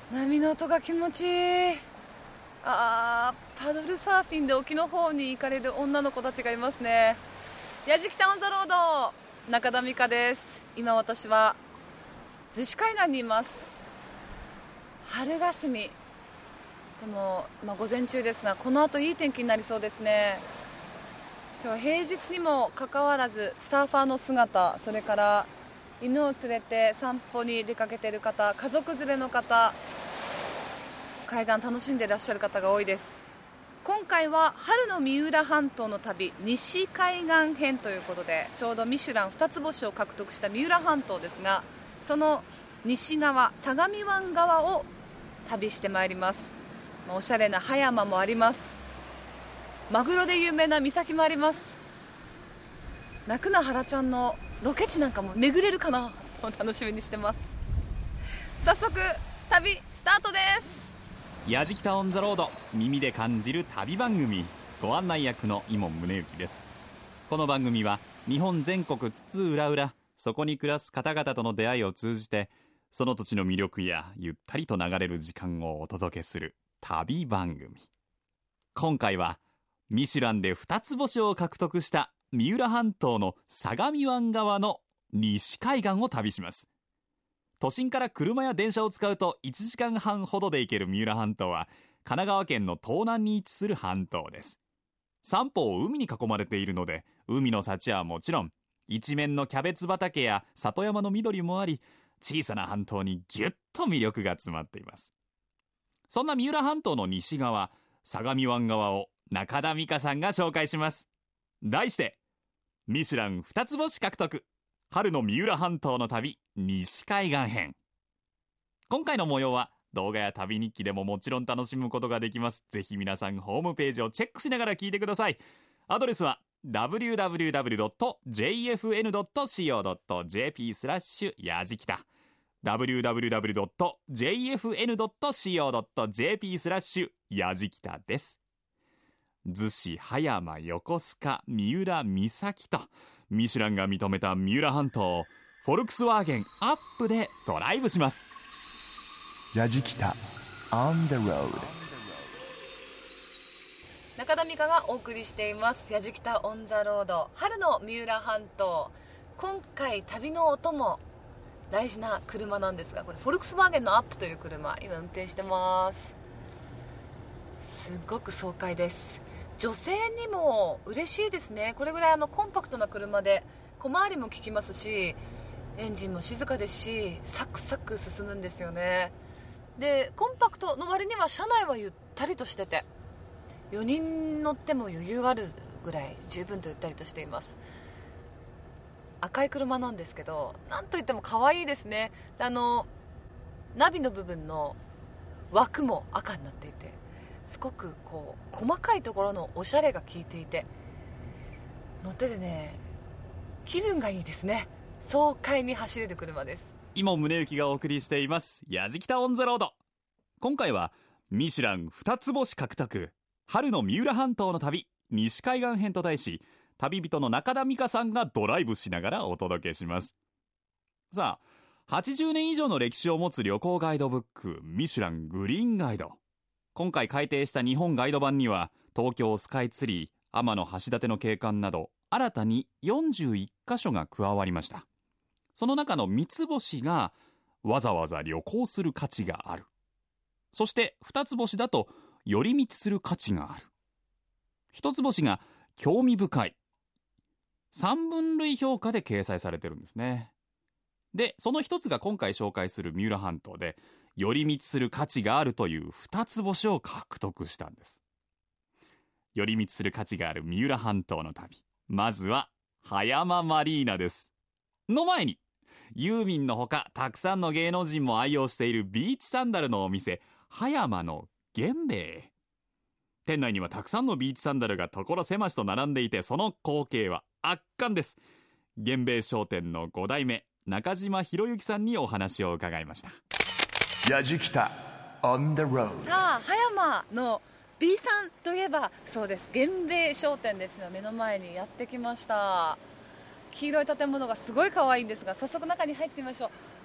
波の音が気持ちいい。パドルサーフィンで沖の方に行かれる女の子たちがいますね。やじきたオンザロード、中田美香です。今私は逗子海岸にいます。春霞でも、午前中ですが、この後いい天気になりそうですね。今日は平日にもかかわらずサーファーの姿、それから犬を連れて散歩に出かけている方、家族連れの方、海岸楽しんでいらっしゃる方が多いです。今回は春の三浦半島の旅、西海岸編ということで、ちょうどミシュラン2つ星を獲得した三浦半島ですが、その西側、相模湾側を旅してまいります。おしゃれな葉山もあります。マグロで有名な岬もあります。泣くな原ちゃんのロケ地なんかも巡れるかなと楽しみにしてます。早速旅スタートです。 やじきたオンザロード、耳で感じる旅番組、ご案内役の伊門宗行です。この番組は日本全国津々浦々、そこに暮らす方々との出会いを通じて、その土地の魅力やゆったりと流れる時間をお届けする旅番組。今回はミシュランで2つ星を獲得した三浦半島の相模湾側の西海岸を旅します。都心から車や電車を使うと1時間半ほどで行ける三浦半島は、神奈川県の東南に位置する半島です。三方を海に囲まれているので、海の幸はもちろん、一面のキャベツ畑や里山の緑もあり、小さな半島にぎゅっと魅力が詰まっています。そんな三浦半島の西側、相模湾側を中田美香さんが紹介します。題して、ミシュラン2つ星獲得、春の三浦半島の旅西海岸編。今回の模様は動画や旅日記でももちろん楽しむことができます。ぜひ皆さんホームページをチェックしながら聞いてください。アドレスは www.jfn.co.jp やじきた www.jfn.co.jp やじきたです。逗子、葉山、横須賀、三浦、三崎とミシュランが認めた三浦半島をフォルクスワーゲンアップでドライブします。 やじきた On the road。 中田美香がお送りしていますやじきたオンザロード、春の三浦半島。今回旅のお供、大事な車なんですが、これフォルクスワーゲンのアップという車、今運転してます。すごく爽快です。女性にも嬉しいですね。これぐらいコンパクトな車で小回りも利きますし、エンジンも静かですし、サクサク進むんですよね。でコンパクトの割には車内はゆったりとしてて、4人乗っても余裕があるぐらい十分とゆったりとしています。赤い車なんですけど、なんといっても可愛いですね。ナビの部分の枠も赤になっていて、すごく細かいところのおしゃれが効いていて、乗っててね、気分がいいですね。爽快に走れる車です。 今宗行がお送りしていますやじきたオンザロード。今回はミシュラン2つ星獲得、春の三浦半島の旅西海岸編と題し、旅人の中田美香さんがドライブしながらお届けします。さあ、80年以上の歴史を持つ旅行ガイドブック、ミシュラングリーンガイド。今回改訂した日本ガイド版には、東京スカイツリー、天橋立の景観など新たに41カ所が加わりました。その中の3つ星がわざわざ旅行する価値がある。そして2つ星だと寄り道する価値がある。1つ星が興味深い。3分類評価で掲載されてるんですね。で、その一つが今回紹介する三浦半島で、寄り道する価値があるという2つ星を獲得したんです。寄り道する価値がある三浦半島の旅、まずは葉山マリーナですの前に、ユーミンのほかたくさんの芸能人も愛用しているビーチサンダルのお店、葉山の源兵衛。店内にはたくさんのビーチサンダルが所狭しと並んでいて、その光景は圧巻です。源兵衛商店の5代目中島博之さんにお話を伺いました。 やじきた On the road。 さあ、葉山の B さんといえばそうです、源兵衛商店ですよ。目の前にやってきました。黄色い建物がすごい可愛いんですが、早速中に入ってみましょう。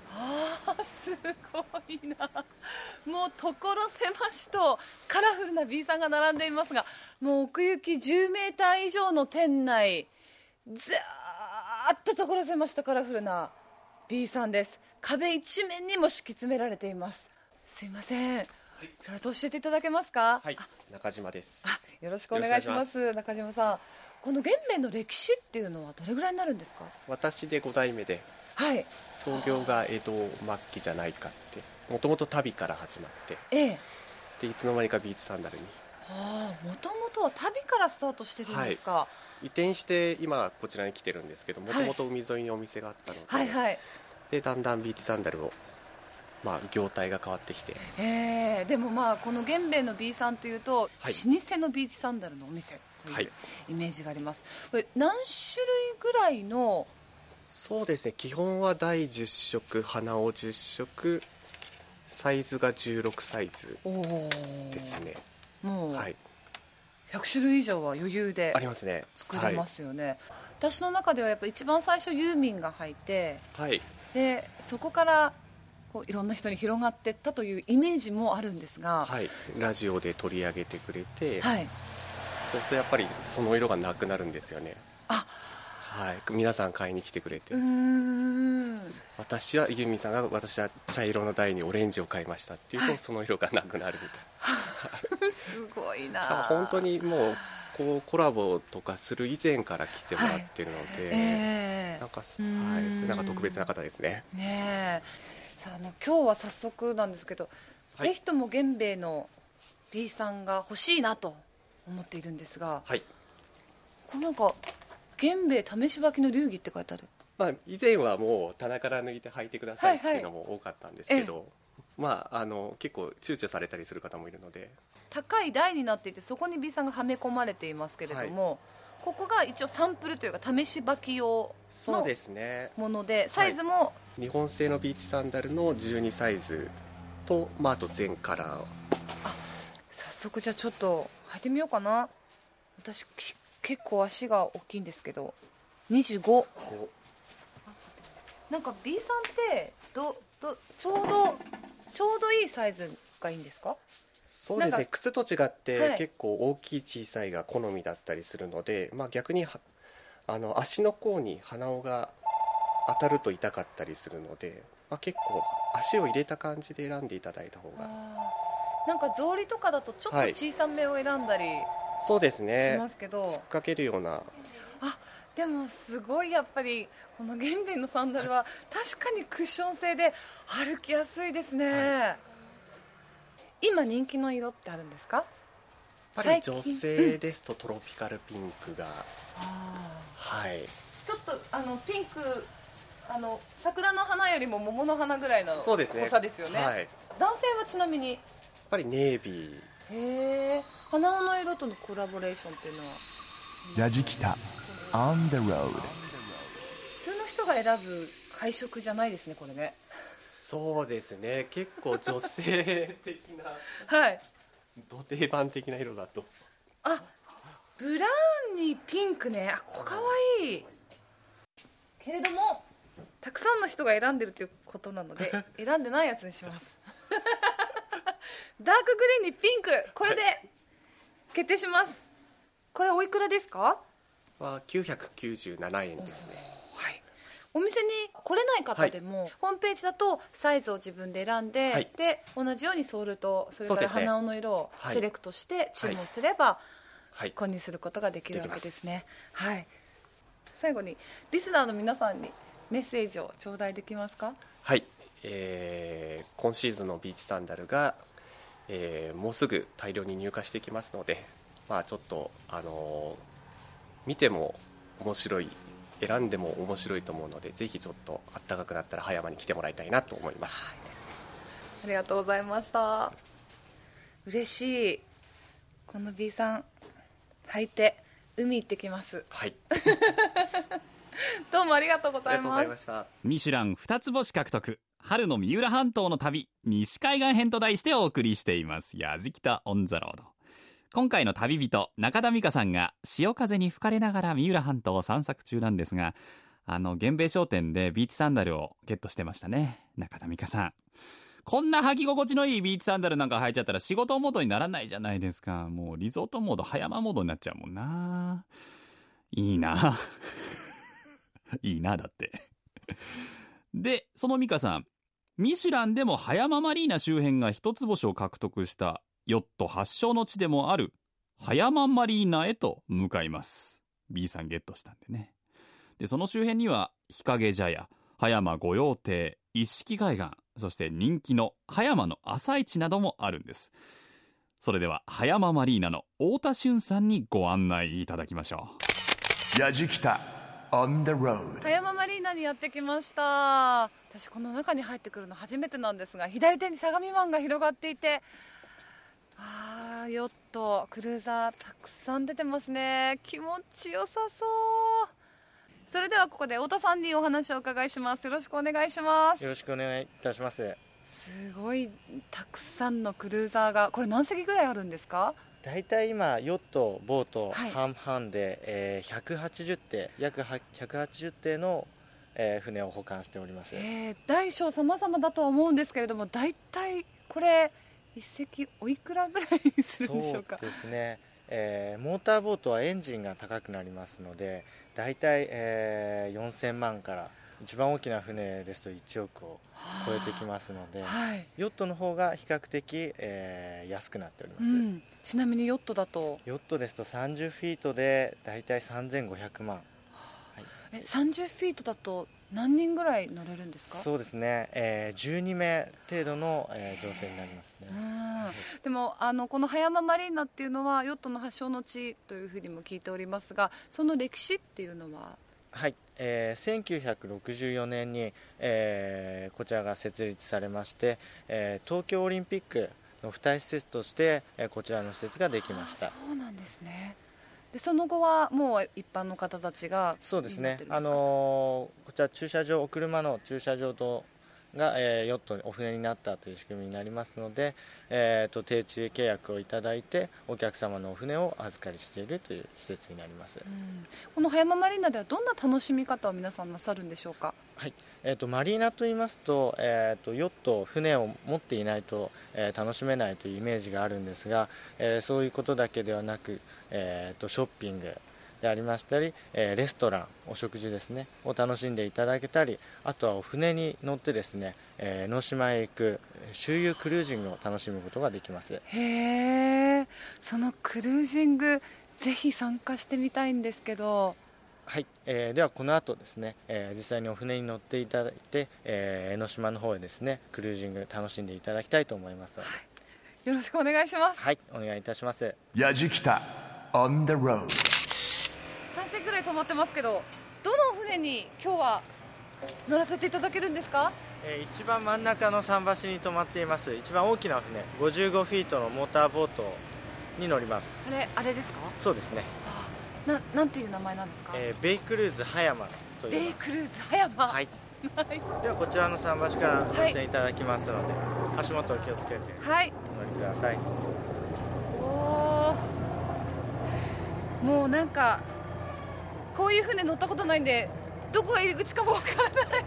すごいな。もう所狭しとカラフルな B さんが並んでいますが、もう奥行き10メーター以上の店内、ずーっと所狭しとカラフルな B さんです。壁一面にも敷き詰められています。すいません、それと教えていただけますか？ はい、中島です。 よろしくお願いします。中島さん、この源兵衛の歴史っていうのはどれぐらいになるんですか？ 私で5代目で、 はい、 創業が江戸末期じゃないかって、もともと旅から始まって、 ええ、 でいつの間にかビーチサンダルにもともとは旅からスタートしてるんですか？ 移転して今こちらに来てるんですけど、もともと海沿いにお店があったので、 はいはい、 でだんだんビーチサンダルを、業態が変わってきて、 でもこの源兵衛の B さんというと、 はい、 老舗のビーチサンダルのお店というイメージがあります。これ何種類ぐらいの？ そうですね、基本は第10色、花を10色、サイズが16サイズですね。 もう、 はい、 100種類以上は余裕でありますね。 作れますよね、はい、私の中ではやっぱ一番最初ユーミンが入って、 はい、 でそこからこういろんな人に広がっていったというイメージもあるんですが、 はい、ラジオで取り上げてくれて、 はい、 そうするとやっぱりその色がなくなるんですよね。はい、皆さん買いに来てくれて、私はユーミンさんが私は茶色の台にオレンジを買いましたっていうと、その色がなくなるみたいなすごいな。 本当にもうこうコラボとかする以前から来てもらってるので、なんか特別な方ですね。 さあ今日は早速なんですけど、 はい、 ぜひとも源兵衛の B さんが欲しいなと思っているんですが、 はい、 これなんか源兵衛試し履きの流儀って書いてある。 以前はもう棚から抜いて履いてくださいっていうのも多かったんですけど、結構躊躇されたりする方もいるので、 高い台になっていてそこに B さんがはめ込まれていますけれども、ここが一応サンプルというか試し履き用のもので、サイズも、 日本製のビーチサンダルの12サイズと、あと全カラー。 早速じゃあちょっと履いてみようかな。私結構足が大きいんですけど、25。なんか B さんってちょうどいいサイズがいいんですか？ そうですね、靴と違って結構大きい小さいが好みだったりするので、逆に足の甲に鼻緒が当たると痛かったりするので、結構足を入れた感じで選んでいただいた方が。 なんか草履とかだとちょっと小さめを選んだり、 そうですね、 しますけど、 突っかけるような。 でもすごいやっぱりこの源兵衛のサンダルは確かにクッション性で歩きやすいですね。今人気の色ってあるんですか？ やっぱり女性ですとトロピカルピンクが、 ちょっとピンク、桜の花よりも桃の花ぐらいの濃さですよね。男性はちなみにやっぱりネイビー。 鼻緒の色とのコラボレーションっていうのはラジキタ On the road。 普通の人が選ぶ配色じゃないですね、これね。 そうですね、結構女性的など定番的な色だと。 ブラウンにピンクね、これかわいいけれどもたくさんの人が選んでるっていうことなので選んでないやつにしますダークグリーンにピンク、これで決定します。これおいくらですか？ は997円ですね。 お店に来れない方でも、ホームページだとサイズを自分で選んで、で同じようにソールとそれから鼻緒の色をセレクトして注文すれば、購入することができるわけですね。最後にリスナーの皆さんにメッセージを頂戴できますか？ 今シーズンのビーチサンダルが、もうすぐ大量に入荷してきますので、ちょっと見ても面白い、選んでも面白いと思うので、ぜひちょっと暖かくなったら葉山に来てもらいたいなと思います。 ありがとうございました。嬉しい。この B さん履いて海行ってきます。どうもありがとうございます。 ミシュラン2つ星獲得、春の三浦半島の旅、西海岸編と題してお送りしていますやじきたオンザロード。今回の旅人中田美香さんが潮風に吹かれながら三浦半島を散策中なんですが、 源兵衛商店でビーチサンダルをゲットしてましたね、中田美香さん。こんな履き心地のいいビーチサンダルなんか履いちゃったら仕事モードにならないじゃないですか。もうリゾートモード、葉山モードになっちゃうもんな。いいないいな、だってで、その美香さん、ミシュランでも葉山マリーナ周辺が一つ星を獲得したヨット発祥の地でもある葉山マリーナへと向かいます。 B さんゲットしたんでね。で、その周辺には日陰茶屋、葉山御用邸、一色海岸、そして人気の葉山の朝市などもあるんです。それでは葉山マリーナの太田俊さんにご案内いただきましょう。やじきた on the road。 葉山マリーナにやってきました。私この中に入ってくるの初めてなんですが、左手に相模湾が広がっていて、ヨット、クルーザーたくさん出てますね。気持ちよさそう。それではここで太田さんにお話をお伺いします。よろしくお願いします。 よろしくお願いいたします。 すごいたくさんのクルーザーが、これ何隻ぐらいあるんですか？ だいたい今ヨット、ボート、半々で、180艇、約180艇の、船を保管しております。 大小様々だとは思うんですけれども、だいたいこれ一隻おいくらぐらいするんでしょうか？ そうですね、モーターボートはエンジンが高くなりますので、だいたい4000万から、一番大きな船ですと1億を超えてきますので、ヨットの方が比較的、安くなっております。 ちなみにヨットだと？ ヨットですと30フィートでだいたい3500万。 30フィートだと何人ぐらい乗れるんですか？ そうですね、12名程度の、乗船になりますね。 でもこの葉山マリーナっていうのはヨットの発祥の地というふうにも聞いておりますが、その歴史っていうのは？ はい、1964年に、こちらが設立されまして、東京オリンピックの付帯施設として、こちらの施設ができました。 そうなんですね。でその後はもう一般の方たちが？ そうですね、こちら駐車場、お車の駐車場とが、ヨット、お船になったという仕組みになりますので、定置契約をいただいてお客様のお船を預かりしているという施設になります。 この葉山マリーナではどんな楽しみ方を皆さんなさるんでしょうか？ はい、マリーナといいますと、ヨット、船を持っていないと、楽しめないというイメージがあるんですが、そういうことだけではなく、ショッピングでありましたり、レストラン、お食事ですねを楽しんでいただけたり、あとはお船に乗ってですね、江ノ島へ行く周遊クルージングを楽しむことができます。 へー、そのクルージングぜひ参加してみたいんですけど。 はい、ではこの後ですね、実際にお船に乗っていただいて、江ノ島の方へですねクルージング楽しんでいただきたいと思います。 よろしくお願いします。 はい、お願いいたします。 やじきた on the road。 3隻ぐらい止まってますけど、どの船に今日は乗らせていただけるんですか？ 一番真ん中の桟橋に止まっています一番大きな船、55フィートのモーターボートに乗ります。 あれですか？ そうですね。 なんていう名前なんですか？ ベイクルーズ葉山という。 ベイクルーズ葉山。 はい。ではこちらの桟橋から乗っていただきますので、足元を気をつけてお乗りください。 もうなんかこういう船乗ったことないんで、どこが入り口かもわからない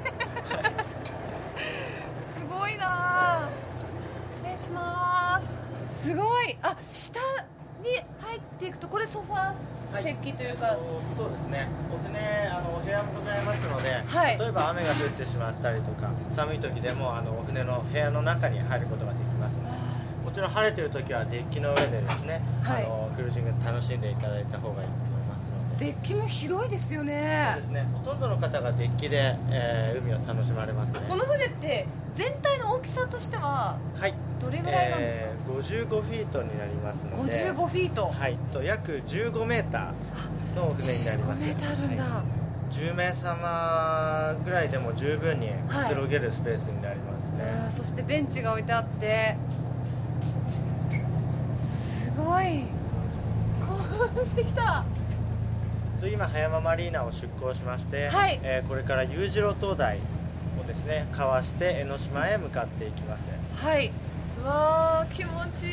すごいな。失礼します。すごい。下に入っていくと、これソファー席というか、 そうですね、お船お部屋もございますので、例えば雨が降ってしまったりとか寒い時でもお船の部屋の中に入ることができますので、もちろん晴れている時はデッキの上でですね、クルージング楽しんでいただいた方がいいと思いますので。 デッキも広いですよね。 そうですね、ほとんどの方がデッキで、海を楽しまれますね。 この船って全体の大きさとしてはどれぐらいなんですか ？55フィートになりますので。 55フィート、 はい、約15メーターの船になります。 15メーターあるんだ。 10名様ぐらいでも十分にくつろげるスペースになりますね。 そしてベンチが置いてあって、すごい興奮してきた。 今葉山マリーナを出港しまして、これから裕次郎灯台をですねかわして江ノ島へ向かっていきます。 はい。うわー、気持ちい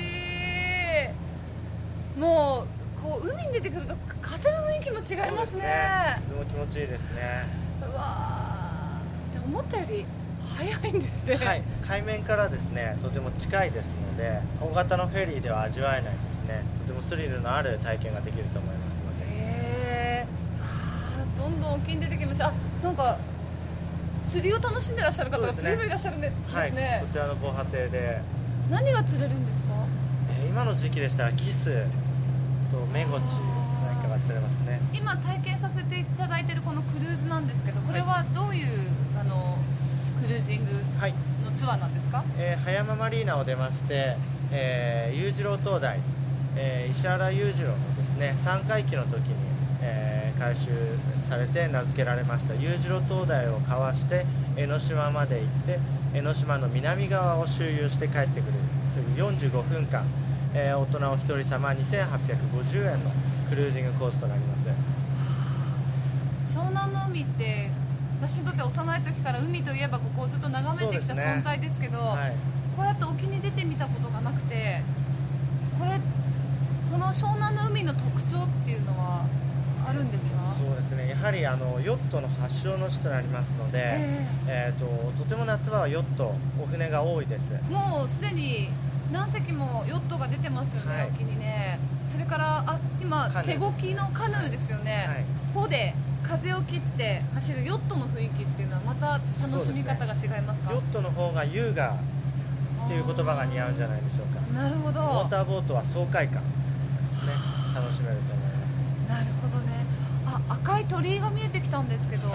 い。もうこう海に出てくると風の雰囲気も違いますね。 とても気持ちいいですね。 うわー、で思ったより早いんですね。 はい、海面からですねとても近いですので、大型のフェリーでは味わえないですね、とてもスリルのある体験ができると思いますので。 へー、どんどん沖に出てきました。あ、なんか釣りを楽しんでらっしゃる方が随分いらっしゃるんですはい、 ね。 こちらの防波堤で、 何が釣れるんですか？ 今の時期でしたらキスとメゴチなんかが釣れますね。 今体験させていただいているこのクルーズなんですけど、これはどういう、クルージングはい、 のツアーなんですか？ 葉山マリーナを出まして、裕次郎灯台、石原裕次郎のですね3回忌の時に、改修されて名付けられました裕次郎灯台をかわして江ノ島まで行って、江ノ島の南側を周遊して帰ってくるという45分間、大人お一人様2850円のクルージングコースとなります。 湘南の海って私にとって幼い時から海といえばここをずっと眺めてきた存在ですけど、 はい、 こうやって沖に出てみたことがなくて、この湘南の海の特徴っていうのはあるんですか？ そうですね、やはりヨットの発祥の地となりますので、とても夏場はヨットお船が多いです。 もうすでに何隻もヨットが出てますよね、 はい、 沖にね。それから今手漕きのカヌーですよね、はい、帆で風を切って走るヨットの雰囲気っていうのはまた楽しみ方が違いますか？ ヨットの方が優雅っていう言葉が似合うんじゃないでしょうか。 なるほど。 モーターボートは爽快感ですね、楽しめると思います。 なるほどね。赤い鳥居が見えてきたんですけど、はい、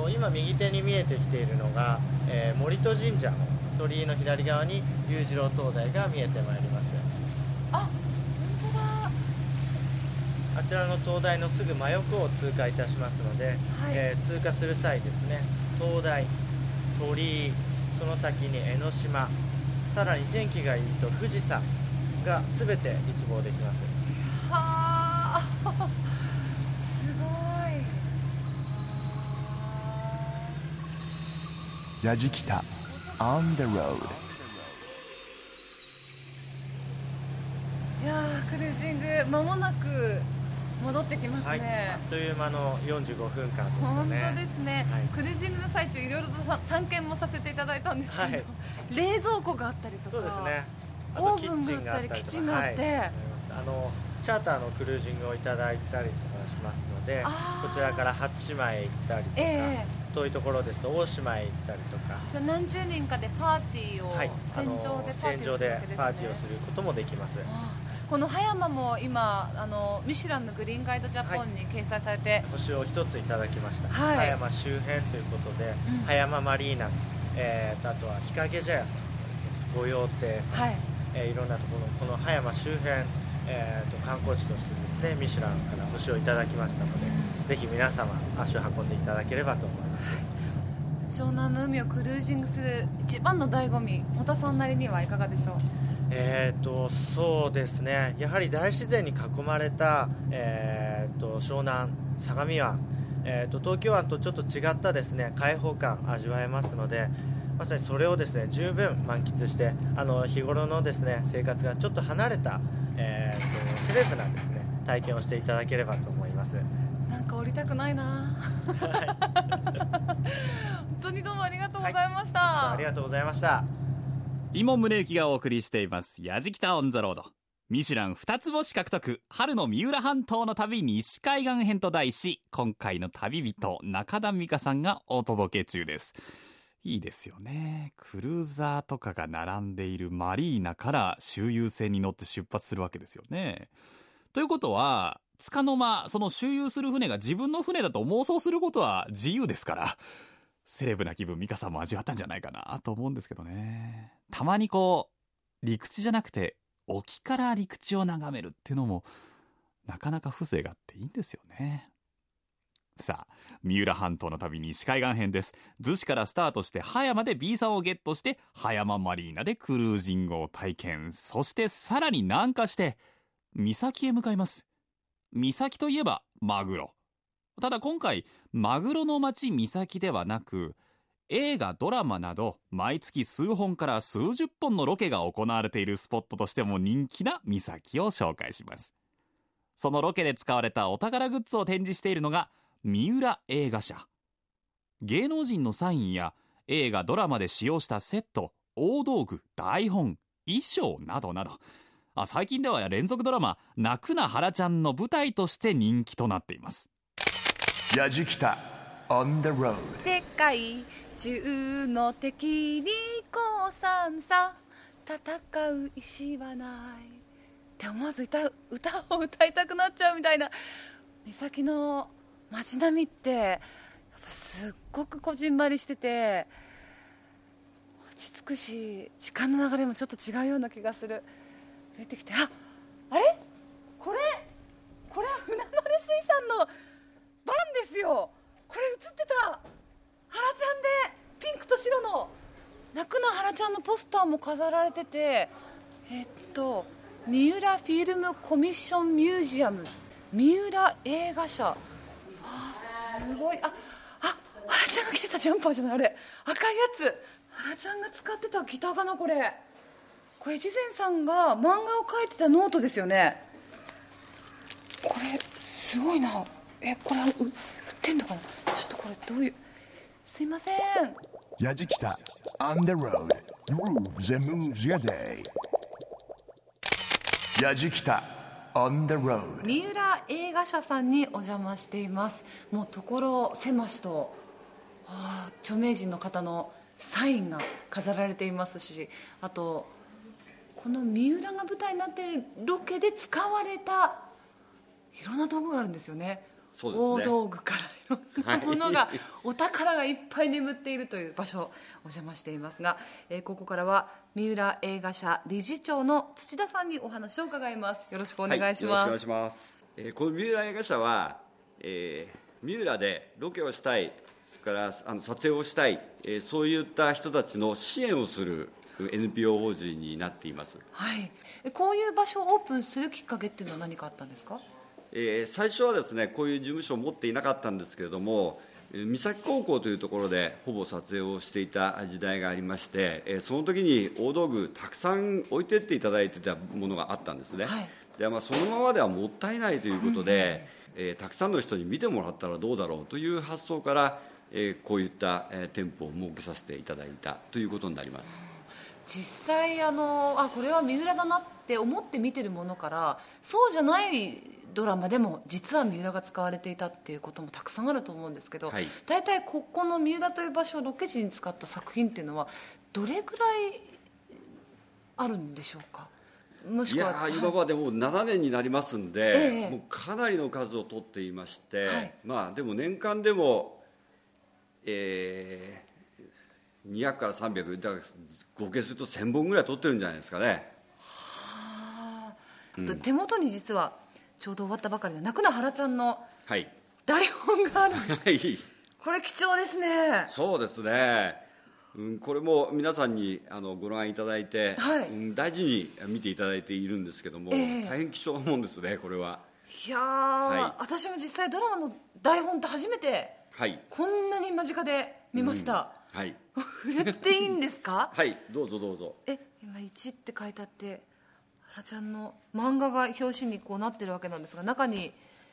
今右手に見えてきているのが、森戸神社の鳥居の左側に裕次郎灯台が見えてまいります。 あ、本当だ。 あちらの灯台のすぐ真横を通過いたしますので、はい、通過する際ですね、灯台、鳥居、その先に江ノ島、さらに天気がいいと富士山が全て一望できます。 はあすごい。 やじきた On the road。 いやー、クルージング間もなく戻ってきますね、 はい、あっという間の45分間でしたね。 本当ですね、 はい、 クルージングの最中いろいろと探検もさせていただいたんですけど、はい、冷蔵庫があったりとか、 そうですね、あオとーブンがあったりキッチンがあって、はい、 チャーターのクルージングをいただいたりとかしますので、こちらから初島へ行ったりとか、遠いところですと大島へ行ったりとか、 じゃあ何十人かでパーティーを、はい、船上でパーティーをするわけですね。 パーティーをすることもできます。 この葉山も今ミシュランのグリーンガイドジャポンに掲載されて、はい、 星を一ついただきました、 はい、 葉山周辺ということで、葉山マリーナ、あとは日陰茶屋さん、御用邸さん、はい、いろんなところ、この葉山周辺、観光地としてですね、ミシュランから星をいただきましたので、ぜひ皆様足を運んでいただければと思います。 湘南の海をクルージングする一番の醍醐味、太田さんなりにはいかがでしょう？ そうですね、やはり大自然に囲まれた、湘南相模湾、東京湾とちょっと違ったですね開放感味わえますので、まさにそれをですね十分満喫して、日頃のですね生活がちょっと離れた、セレブなですね体験をしていただければと思います。 なんか降りたくないな本当にどうもありがとうございました、 はい、ありがとうございました。 伊門宗行がお送りしていますやじきたオンザロード。ミシュラン2つ星獲得、春の三浦半島の旅西海岸編と題し、今回の旅人中田美香さんがお届け中です。いいですよね。クルーザーとかが並んでいるマリーナから周遊船に乗って出発するわけですよね。ということは束の間、その周遊する船が自分の船だと妄想することは自由ですから、セレブな気分美香さんも味わったんじゃないかなと思うんですけどね。たまに陸地じゃなくて沖から陸地を眺めるっていうのもなかなか風情があっていいんですよね。さあ、三浦半島の旅西海岸編です。逗子からスタートして葉山で B さんをゲットして、葉山マリーナでクルージングを体験、そしてさらに南下して三崎へ向かいます。三崎といえばマグロ。ただ今回マグロの町三崎ではなく、映画ドラマなど毎月数本から数十本のロケが行われているスポットとしても人気な三崎を紹介します。そのロケで使われたお宝グッズを展示しているのが三浦映画社。 芸能人のサインや映画ドラマで使用したセット、大道具、台本、衣装などなど、最近では連続ドラマ泣くな原ちゃんの舞台として人気となっています。 やじきた on the road。 世界中の敵に降参さ、戦う意志はないって思わず歌を歌いたくなっちゃうみたいな。三崎の街並みってやっぱすっごくこじんまりしてて落ち着くし、時間の流れもちょっと違うような気がする。出てきて、あれこれは船丸水産のバンですよ。これ映ってた原ちゃんでピンクと白の泣くな原ちゃんのポスターも飾られてて、三浦フィルムコミッションミュージアム、三浦映画社。すごい。原ちゃんが着てたジャンパーじゃない、あれ赤いやつ。原ちゃんが使ってたギターかな。これ越前さんが漫画を描いてたノートですよね。これすごいな。これ売ってんのかな。ちょっとこれどういう、すいません。 やじきた on the road。 Grooves and moves your day。 やじきた on the road。 三浦映画社さんにお邪魔しています。もう所狭しと著名人の方のサインが飾られていますし、あとこの三浦が舞台になっているロケで使われたいろんな道具があるんですよね。 そうですね、 大道具からいろんなものが、お宝がいっぱい眠っているという場所、お邪魔していますが、ここからは三浦映画社理事長の土田さんにお話を伺います。よろしくお願いします。 よろしくお願いします。この三浦映画社は、三浦でロケをしたい、それから撮影をしたい、そういった人たちの支援をする NPO 法人になっています。 はい、こういう場所をオープンするきっかけっていうのは何かあったんですか？ 最初はですね、こういう事務所を持っていなかったんですけれども、三崎高校というところでほぼ撮影をしていた時代がありまして、その時に大道具たくさん置いてっていただいてたものがあったんですね。はい、でそのままではもったいないということで、たくさんの人に見てもらったらどうだろうという発想から、こういった、店舗を設けさせていただいたということになります。 実際これは三浦だなって思って見てるものから、そうじゃないドラマでも実は三浦が使われていたっていうこともたくさんあると思うんですけど、はい、大体ここの三浦という場所をロケ地に使った作品っていうのはどれぐらいあるんでしょうか？もしくは今までもう7年になりますんで、もうかなりの数を取っていまして、はい、でも年間でも、200から300だから合計すると1000本ぐらい取ってるんじゃないですかね。 手元に実はちょうど終わったばかりの泣くな原ちゃんの台本があるんです、はい、これ貴重ですね。 そうですね、これも皆さんにご覧いただいて、はい、大事に見ていただいているんですけども、大変貴重なもんですね、これは。 いや、はい、私も実際ドラマの台本って初めて、はい、こんなに間近で見ました。はい、触れていいんですか？ はい、どうぞどうぞ。 今1って書いてあって、原ちゃんの漫画が表紙にこうなってるわけなんですが、中に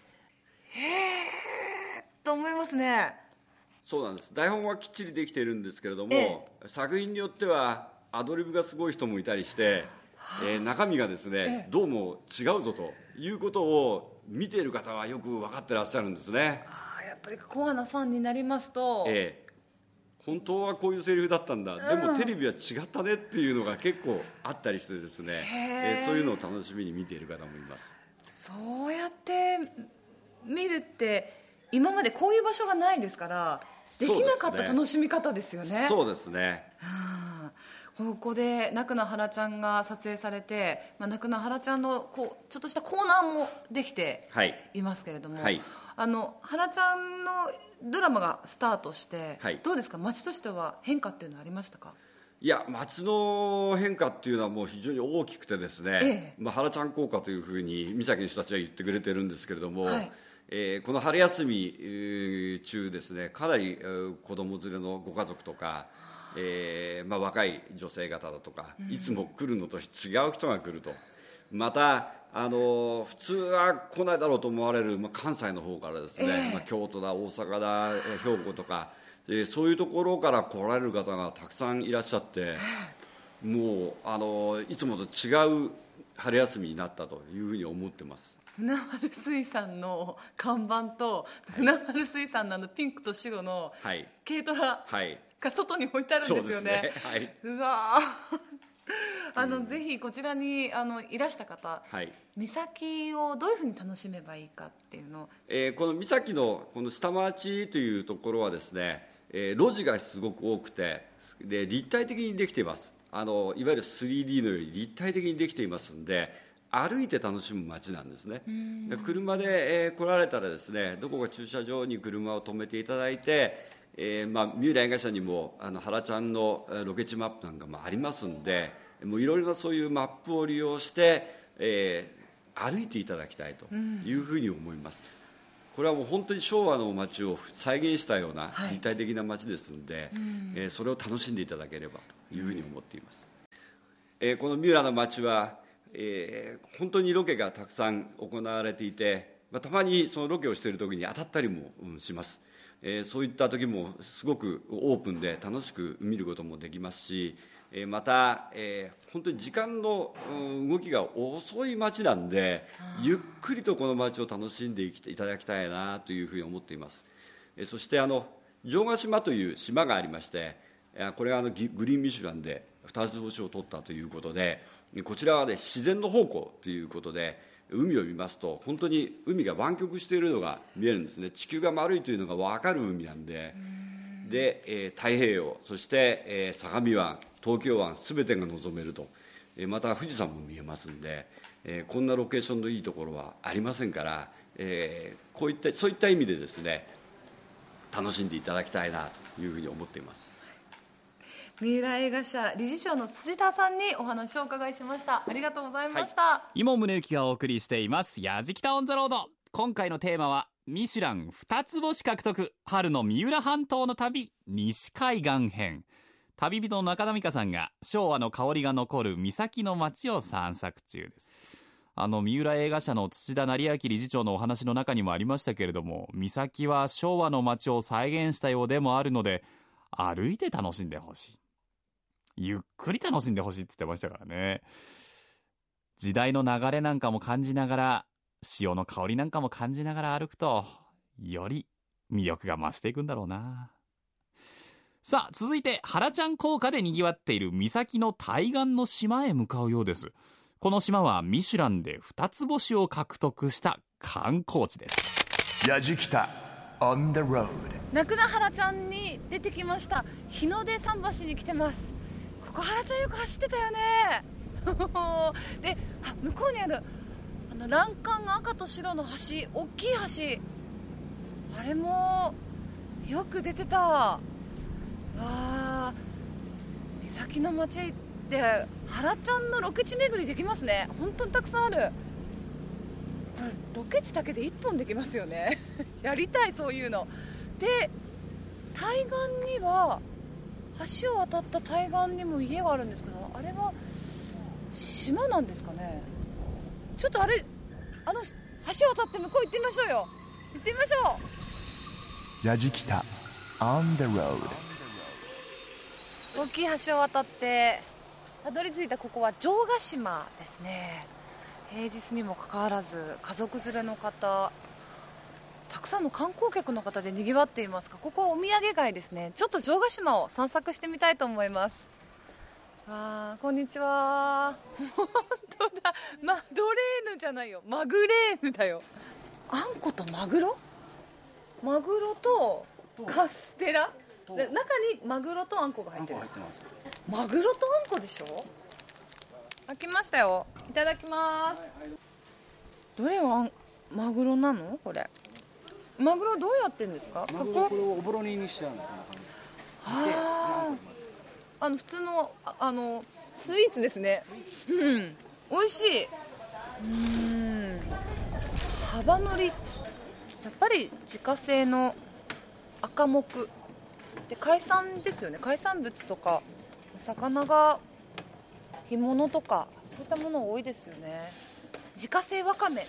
と思いますね。 そうなんです。台本はきっちりできているんですけれども、作品によってはアドリブがすごい人もいたりして、中身がですね、どうも違うぞということを見ている方はよく分かってらっしゃるんですね。 やっぱりコアなファンになりますと、 本当はこういうセリフだったんだ、でもテレビは違ったねっていうのが結構あったりしてですね、そういうのを楽しみに見ている方もいます。 そうやって見るって今までこういう場所がないですから、できなかった楽しみ方ですよね。 そうですね。 ここで泣くな原ちゃんが撮影されて、泣くな原ちゃんのちょっとしたコーナーもできていますけれども、はい、原ちゃんのドラマがスタートして、はい、どうですか、街としては変化っていうのはありましたか？ いや、街の変化っていうのはもう非常に大きくてですね、原ちゃん効果というふうに三崎の人たちは言ってくれてるんですけれども、はい、この春休み中ですね、かなり子供連れのご家族とか、若い女性方だとか、いつも来るのと違う人が来ると、また普通は来ないだろうと思われる、関西の方からですね、京都だ大阪だ兵庫とかそういうところから来られる方がたくさんいらっしゃって、もういつもと違う春休みになったというふうに思ってます。 船丸水産の看板と、船丸水産のピンクと白の軽トラが外に置いてあるんですよね。 そうですね、はい、 うわぜひこちらにいらした方、三崎をどういうふうに楽しめばいいかっていうのを、 この三崎のこの下町というところはですね、路地がすごく多くて、で立体的にできています。いわゆる 3D のように立体的にできていますので、歩いて楽しむ街なんですね。車で、来られたらですね、どこか駐車場に車を止めていただいて、三浦映画社にも原ちゃんのロケ地マップなんかもありますんで、もういろいろなそういうマップを利用して、歩いていただきたいというふうに思います。これはもう本当に昭和の街を再現したような立体的な街ですので、それを楽しんでいただければというふうに思っています。この三浦の街は本当にロケがたくさん行われていて、たまにそのロケをしている時に当たったりもします。そういった時もすごくオープンで楽しく見ることもできますし、また、本当に時間の動きが遅い街なんで、ゆっくりとこの街を楽しんでいただきたいなというふうに思っています。そして城ヶ島という島がありまして、これはグリーンミシュランで2つ星を取ったということで、こちらは、ね、自然の宝庫ということで、海を見ますと本当に海が湾曲しているのが見えるんですね。地球が丸いというのが分かる海なんで、太平洋、そして、相模湾、東京湾すべてが望めると、また富士山も見えますんで、こんなロケーションのいいところはありませんから、そういった意味でですね、楽しんでいただきたいなというふうに思っています。 三浦映画社理事長の辻田さんにお話をお伺いしました。ありがとうございました。 今宗行がお送りしていますやじきたオンザロード。今回のテーマはミシュラン2つ星獲得、春の三浦半島の旅西海岸編。旅人の中田美香さんが昭和の香りが残る三崎の街を散策中です。三浦映画社の土田成明理事長のお話の中にもありましたけれども、三崎は昭和の街を再現したようでもあるので、歩いて楽しんでほしい、ゆっくり楽しんでほしいって言ってましたからね。時代の流れなんかも感じながら、潮の香りなんかも感じながら歩くと、より魅力が増していくんだろうな。さあ、続いて原ちゃん効果で賑わっている三崎の対岸の島へ向かうようです。この島はミシュランで2つ星を獲得した観光地です。 やじきた on the road。 泣くな原ちゃんに出てきました。日の出桟橋に来てます。ここ原ちゃんよく走ってたよねで、向こうにある欄干が赤と白の橋、大きい橋、あれもよく出てた。わあ、三崎の街って原ちゃんのロケ地巡りできますね。本当にたくさんある。これロケ地だけで1本できますよねやりたい、そういうので。対岸には橋を渡った対岸にも家があるんですけど、あれは島なんですかね。ちょっと橋渡って向こう行ってみましょうよ。行ってみましょう。やじきた on the road。 大きい橋を渡ってたどり着いたここは城ヶ島ですね。平日にもかかわらず家族連れの方、たくさんの観光客の方で賑わっていますが、ここはお土産街ですね。ちょっと城ヶ島を散策してみたいと思います。こんにちは。本当だ、マドレーヌじゃないよ、マグレーヌだよ。あんことマグロとカステラ、中にマグロとあんこが入ってる。マグロとあんこでしょ。開きましたよ。いただきます。どれがマグロなの？これマグロどうやってんですか？ マグロこれをおぼろ煮にしちゃうの。 普通のスイーツですね。美味しい。幅のり、やっぱり自家製の赤木で、海産ですよね。海産物とか魚が干物とかそういったもの多いですよね。自家製わかめ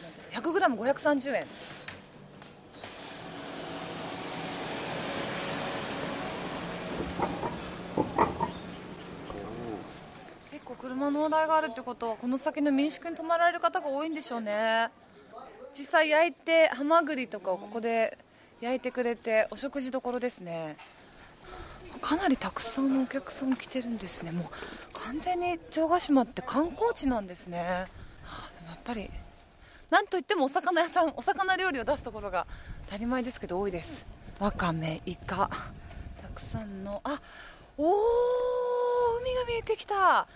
100g530 円。 構車の往来があるってことはこの先の民宿に泊まられる方が多いんでしょうね。実際焼いてハマグリとかをここで焼いてくれてお食事どころですね。かなりたくさんのお客さん来てるんですね。もう完全に城ヶ島って観光地なんですね。でもやっぱりなんといってもお魚屋さん、お魚料理を出すところが当たり前ですけど多いです。わかめ、イカ、たくさんの海が見えてきた。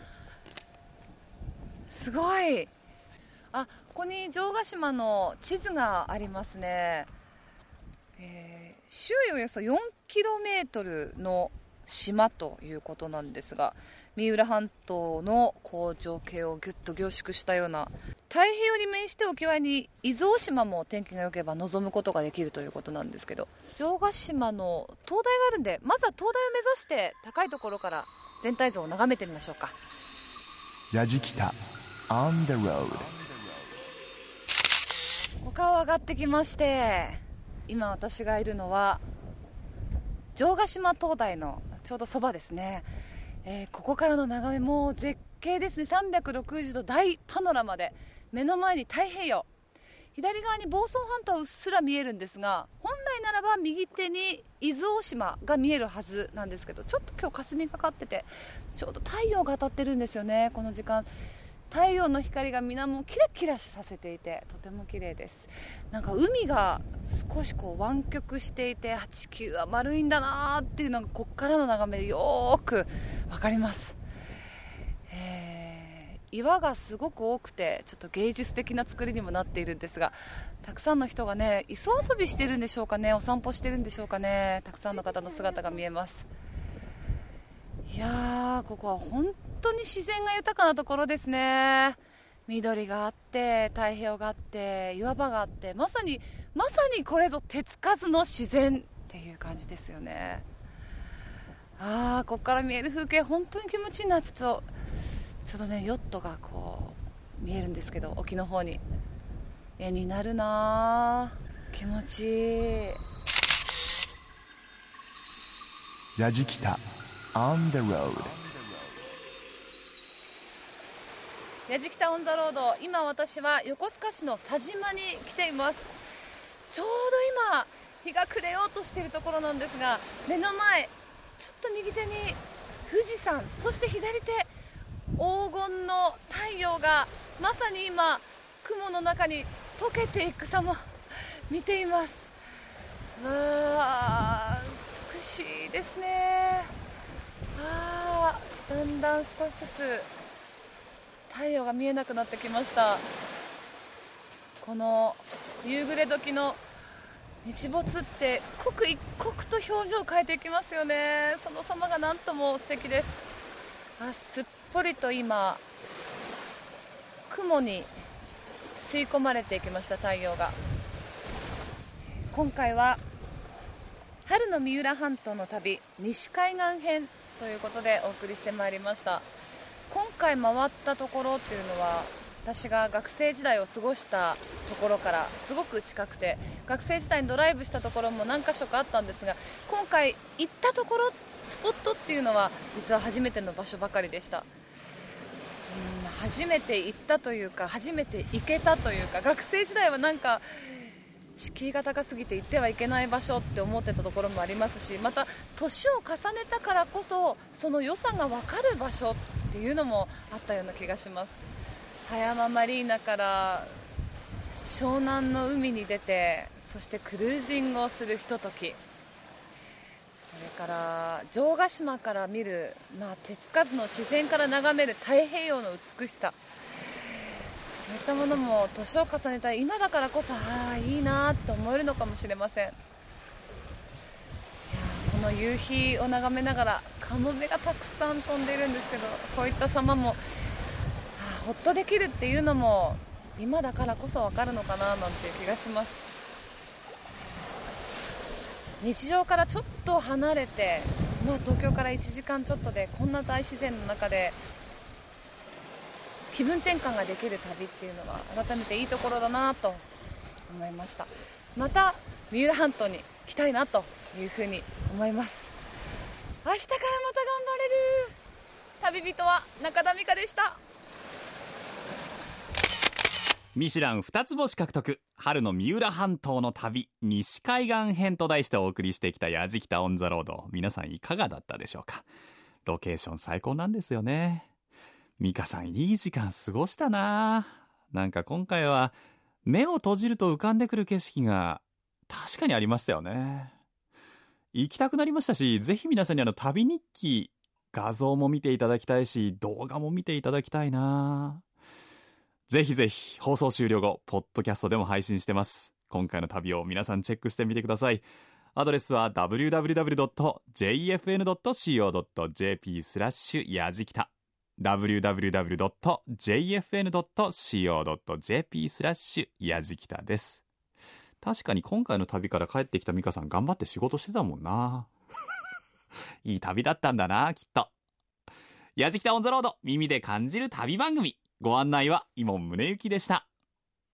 すごい。ここに城ヶ島の地図がありますね。周囲およそ 4km の島ということなんですが、三浦半島の情景をぎゅっと凝縮したような、太平洋に面して沖合に伊豆大島も天気が良ければ望むことができるということなんですけど、城ヶ島の灯台があるんで、まずは灯台を目指して高いところから全体像を眺めてみましょうか。 やじきた On the road。 丘を上がってきまして、今私がいるのは城ヶ島灯台のちょうどそばですね。ここからの眺めも絶景ですね。360度大パノラマで、目の前に太平洋、左側に房総半島はうっすら見えるんですが、本来ならば右手に伊豆大島が見えるはずなんですけど、ちょっと今日霞がかっててちょうど太陽が当たってるんですよね。この時間太陽の光が水面をキラキラさせていてとても綺麗です。なんか海が少し湾曲していて、地球は丸いんだなっていうのがここからの眺めでよーくわかります。岩がすごく多くてちょっと芸術的な作りにもなっているんですが、たくさんの人がね、磯遊びしてるんでしょうかね、お散歩してるんでしょうかね。たくさんの方の姿が見えます。いやー、ここは本当に自然が豊かなところですね。緑があって太平洋があって岩場があって、まさにこれぞ手つかずの自然っていう感じですよね。ここから見える風景本当に気持ちいいな。ちょっとね、ヨットが見えるんですけど、沖の方に絵になるな、気持ちいい。 やじきた On the road。 やじきたオンザロード、今私は横須賀市の佐島に来ています。ちょうど今日が暮れようとしているところなんですが、目の前ちょっと右手に富士山、そして左手黄金の太陽がまさに今雲の中に溶けていく様見ています。美しいですね。だんだん少しずつ太陽が見えなくなってきました。この夕暮れ時の日没って刻一刻と表情を変えていきますよね。その様がなんとも素敵です。すっぽりと今雲に吸い込まれていきました、太陽が。今回は春の三浦半島の旅西海岸編ということでお送りしてまいりました。今回回ったところっていうのは、私が学生時代を過ごしたところからすごく近くて、学生時代にドライブしたところも何か所かあったんですが、今回行ったところスポットっていうのは実は初めての場所ばかりでした。初めて行ったというか、初めて行けたというか、学生時代はなんか敷居が高すぎて行ってはいけない場所って思ってたところもありますし、また年を重ねたからこそその良さが分かる場所っていうのもあったような気がします。葉山マリーナから湘南の海に出て、そしてクルージングをするひととき、それから城ヶ島から見る、手つかずの自然から眺める太平洋の美しさ、そういったものも年を重ねた今だからこそいいなと思えるのかもしれません。この夕日を眺めながらカモメがたくさん飛んでいるんですけど、こういった様もほっとできるっていうのも今だからこそ分かるのかななんていう気がします。日常からちょっと離れて、東京から1時間ちょっとでこんな大自然の中で気分転換ができる旅っていうのは改めていいところだなと思いました。また三浦半島に来たいなというふうに思います。明日からまた頑張れる。 旅人は中田美香でした。 ミシュラン2つ星獲得、春の三浦半島の旅西海岸編と題してお送りしてきたやじきたオンザロード、皆さんいかがだったでしょうか。ロケーション最高なんですよね。美香さんいい時間過ごしたな。なんか今回は目を閉じると浮かんでくる景色が確かにありましたよね。行きたくなりましたし、ぜひ皆さんに旅日記画像も見ていただきたいし、動画も見ていただきたいな。ぜひぜひ放送終了後ポッドキャストでも配信してます。今回の旅を皆さんチェックしてみてください。アドレスは www.jfn.co.jp やじきた www.jfn.co.jp やじきたです。確かに今回の旅から帰ってきた美香さん頑張って仕事してたもんな。いい旅だったんだな、きっと。やじきたオンザロード、耳で感じる旅番組。ご案内は伊門宗行でした。